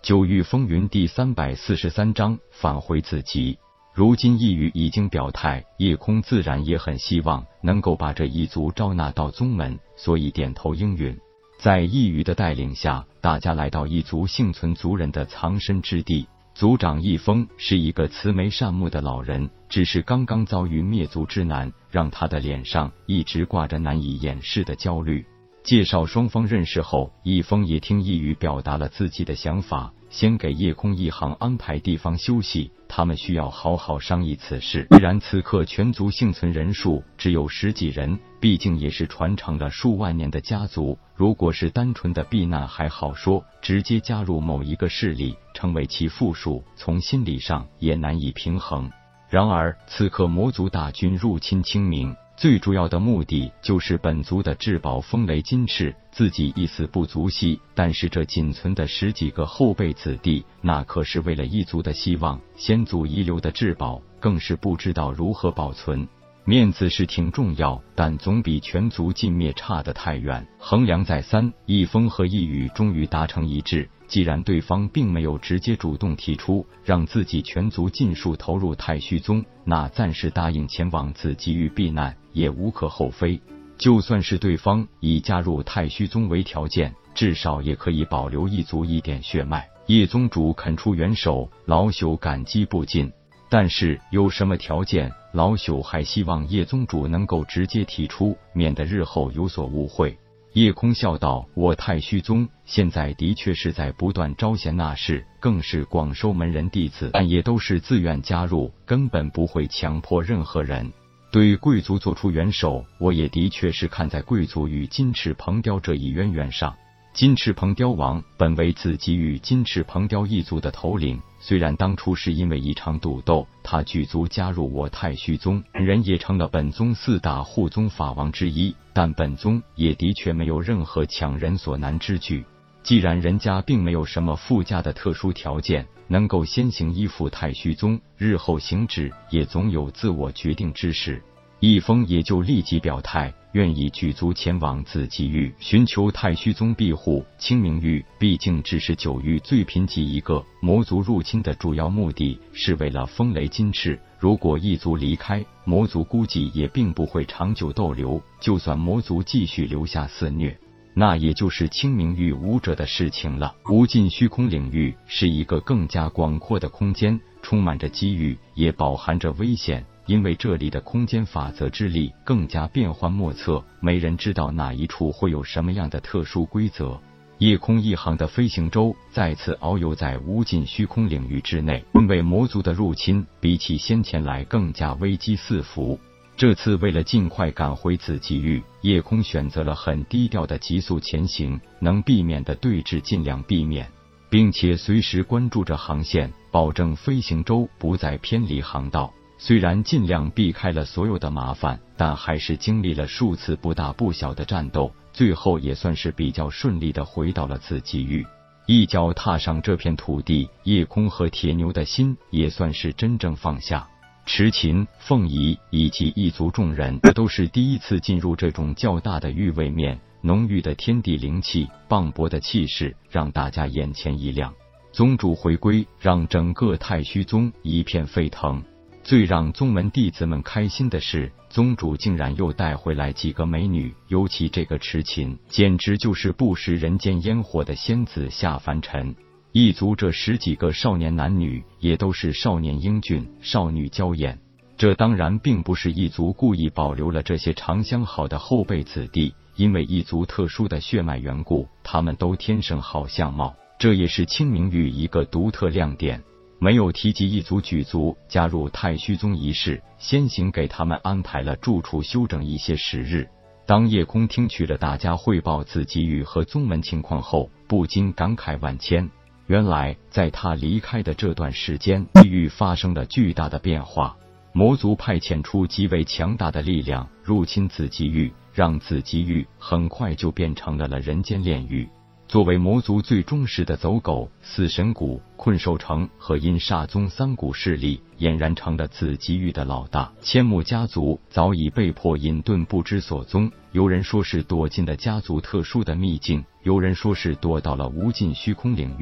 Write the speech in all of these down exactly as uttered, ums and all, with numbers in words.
九域风云第三百四十三章返回自己。如今一羽已经表态，夜空自然也很希望能够把这一族招纳到宗门，所以点头应允。在一羽的带领下，大家来到一族幸存族人的藏身之地。族长一峰是一个慈眉善目的老人，只是刚刚遭遇灭族之难，让他的脸上一直挂着难以掩饰的焦虑。介绍双方认识后，一峰也听一羽表达了自己的想法，先给夜空一行安排地方休息，他们需要好好商议此事。虽然此刻全族幸存人数只有十几人，毕竟也是传承了数万年的家族，如果是单纯的避难还好说，直接加入某一个势力，成为其附属，从心理上也难以平衡。然而此刻魔族大军入侵清明，最主要的目的就是本族的至宝风雷金翅，自己一死不足惜，但是这仅存的十几个后辈子弟，那可是为了一族的希望，先祖遗留的至宝，更是不知道如何保存。面子是挺重要，但总比全族尽灭差得太远。衡量再三，一峰和一羽终于达成一致，既然对方并没有直接主动提出让自己全族尽数投入太虚宗，那暂时答应前往自己域避难也无可厚非。就算是对方以加入太虚宗为条件，至少也可以保留一族一点血脉。叶宗主肯出援手，老朽感激不尽。但是有什么条件，老朽还希望叶宗主能够直接提出，免得日后有所误会。夜空笑道：我太虚宗现在的确是在不断招贤纳士，更是广收门人弟子，但也都是自愿加入，根本不会强迫任何人。对贵族做出援手，我也的确是看在贵族与金翅鹏雕这一渊源上。金翅鹏雕王本为自己与金翅鹏雕一族的头领，虽然当初是因为一场赌斗，他举族加入我太虚宗，本人也成了本宗四大护宗法王之一，但本宗也的确没有任何强人所难之举。既然人家并没有什么附加的特殊条件，能够先行依附太虚宗，日后行止也总有自我决定之时。一峰也就立即表态，愿意举族前往自己域，寻求太虚宗庇护。清明域毕竟只是九域最贫瘠一个，魔族入侵的主要目的是为了风雷金翅。如果一族离开，魔族估计也并不会长久逗留，就算魔族继续留下肆虐，那也就是清明域武者的事情了。无尽虚空领域是一个更加广阔的空间，充满着机遇，也饱含着危险。因为这里的空间法则之力更加变幻莫测，没人知道哪一处会有什么样的特殊规则。夜空一行的飞行舟再次遨游在无尽虚空领域之内，因为魔族的入侵比起先前来更加危机四伏。这次为了尽快赶回自己域，夜空选择了很低调的急速前行，能避免的对峙尽量避免，并且随时关注着航线，保证飞行舟不再偏离航道。虽然尽量避开了所有的麻烦，但还是经历了数次不大不小的战斗，最后也算是比较顺利的回到了自己域。一脚踏上这片土地，夜空和铁牛的心也算是真正放下。池琴、凤仪以及一族众人都是第一次进入这种较大的域位面，浓郁的天地灵气，磅礴的气势让大家眼前一亮。宗主回归，让整个太虚宗一片沸腾。最让宗门弟子们开心的是，宗主竟然又带回来几个美女，尤其这个池琴，简直就是不食人间烟火的仙子下凡尘。一族这十几个少年男女，也都是少年英俊，少女娇艳。这当然并不是一族故意保留了这些长相好的后辈子弟，因为一族特殊的血脉缘故，他们都天生好相貌，这也是清明域一个独特亮点。没有提及一族举族加入太虚宗一事，先行给他们安排了住处休整一些时日。当夜空听取了大家汇报自己域和宗门情况后，不禁感慨万千。原来在他离开的这段时间，地域发生了巨大的变化。魔族派遣出极为强大的力量入侵自己域，让自己域很快就变成了了人间炼狱。作为魔族最忠实的走狗，死神谷、困兽城和阴煞宗三股势力俨然成了自己域的老大。千木家族早已被迫隐遁不知所踪，有人说是躲进了家族特殊的秘境，有人说是躲到了无尽虚空领域，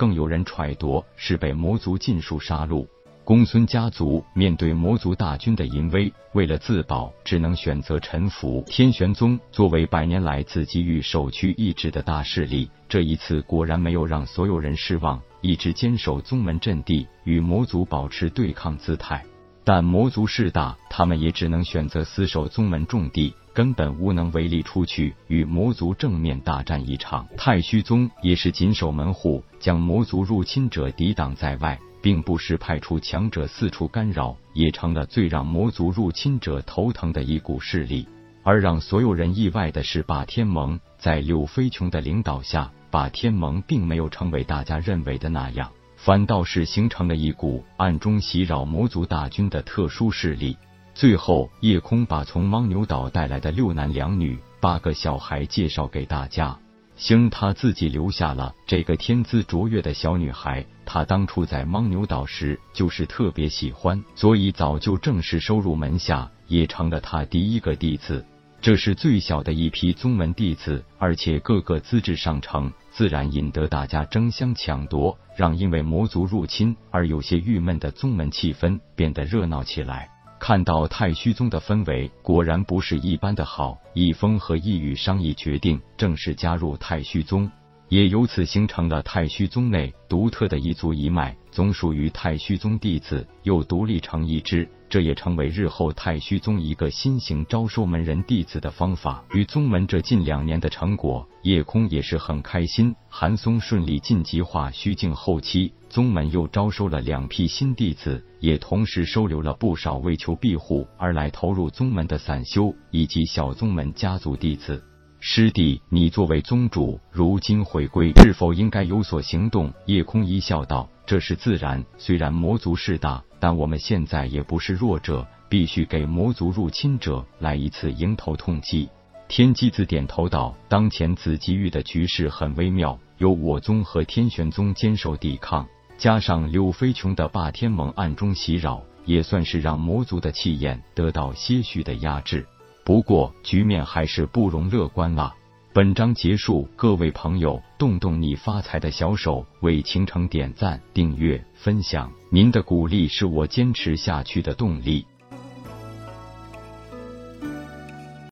更有人揣度是被魔族尽数杀戮。公孙家族面对魔族大军的淫威，为了自保，只能选择臣服。天玄宗作为百年来自己欲首屈一指的大势力，这一次果然没有让所有人失望，一直坚守宗门阵地，与魔族保持对抗姿态。但魔族势大，他们也只能选择死守宗门重地，根本无能为力出去与魔族正面大战一场。太虚宗也是紧守门户，将魔族入侵者抵挡在外，并不时派出强者四处干扰，也成了最让魔族入侵者头疼的一股势力。而让所有人意外的是，霸天盟在柳飞琼的领导下，霸天盟并没有成为大家认为的那样，反倒是形成了一股暗中袭扰魔族大军的特殊势力。最后，夜空把从牦牛岛带来的六男两女、八个小孩介绍给大家。星他自己留下了这个天资卓越的小女孩，她当初在牦牛岛时就是特别喜欢，所以早就正式收入门下，也成了她第一个弟子。这是最小的一批宗门弟子，而且个个资质上乘，自然引得大家争相抢夺，让因为魔族入侵而有些郁闷的宗门气氛变得热闹起来。看到太虚宗的氛围果然不是一般的好，易峰和易宇商议决定正式加入太虚宗，也由此形成了太虚宗内独特的一族一脉，总属于太虚宗弟子又独立成一支，这也成为日后太虚宗一个新型招收门人弟子的方法。与宗门这近两年的成果，夜空也是很开心。韩松顺利晋级化虚境后期，宗门又招收了两批新弟子，也同时收留了不少为求庇护而来投入宗门的散修以及小宗门家族弟子。师弟，你作为宗主，如今回归，是否应该有所行动？夜空一笑道：“这是自然。虽然魔族势大，但我们现在也不是弱者，必须给魔族入侵者来一次迎头痛击。”天机子点头道：“当前紫极域的局势很微妙，由我宗和天玄宗坚守抵抗，加上柳飞琼的霸天盟暗中袭扰，也算是让魔族的气焰得到些许的压制。不过局面还是不容乐观啦。”本章结束，各位朋友，动动你发财的小手，为倾城点赞、订阅、分享，您的鼓励是我坚持下去的动力。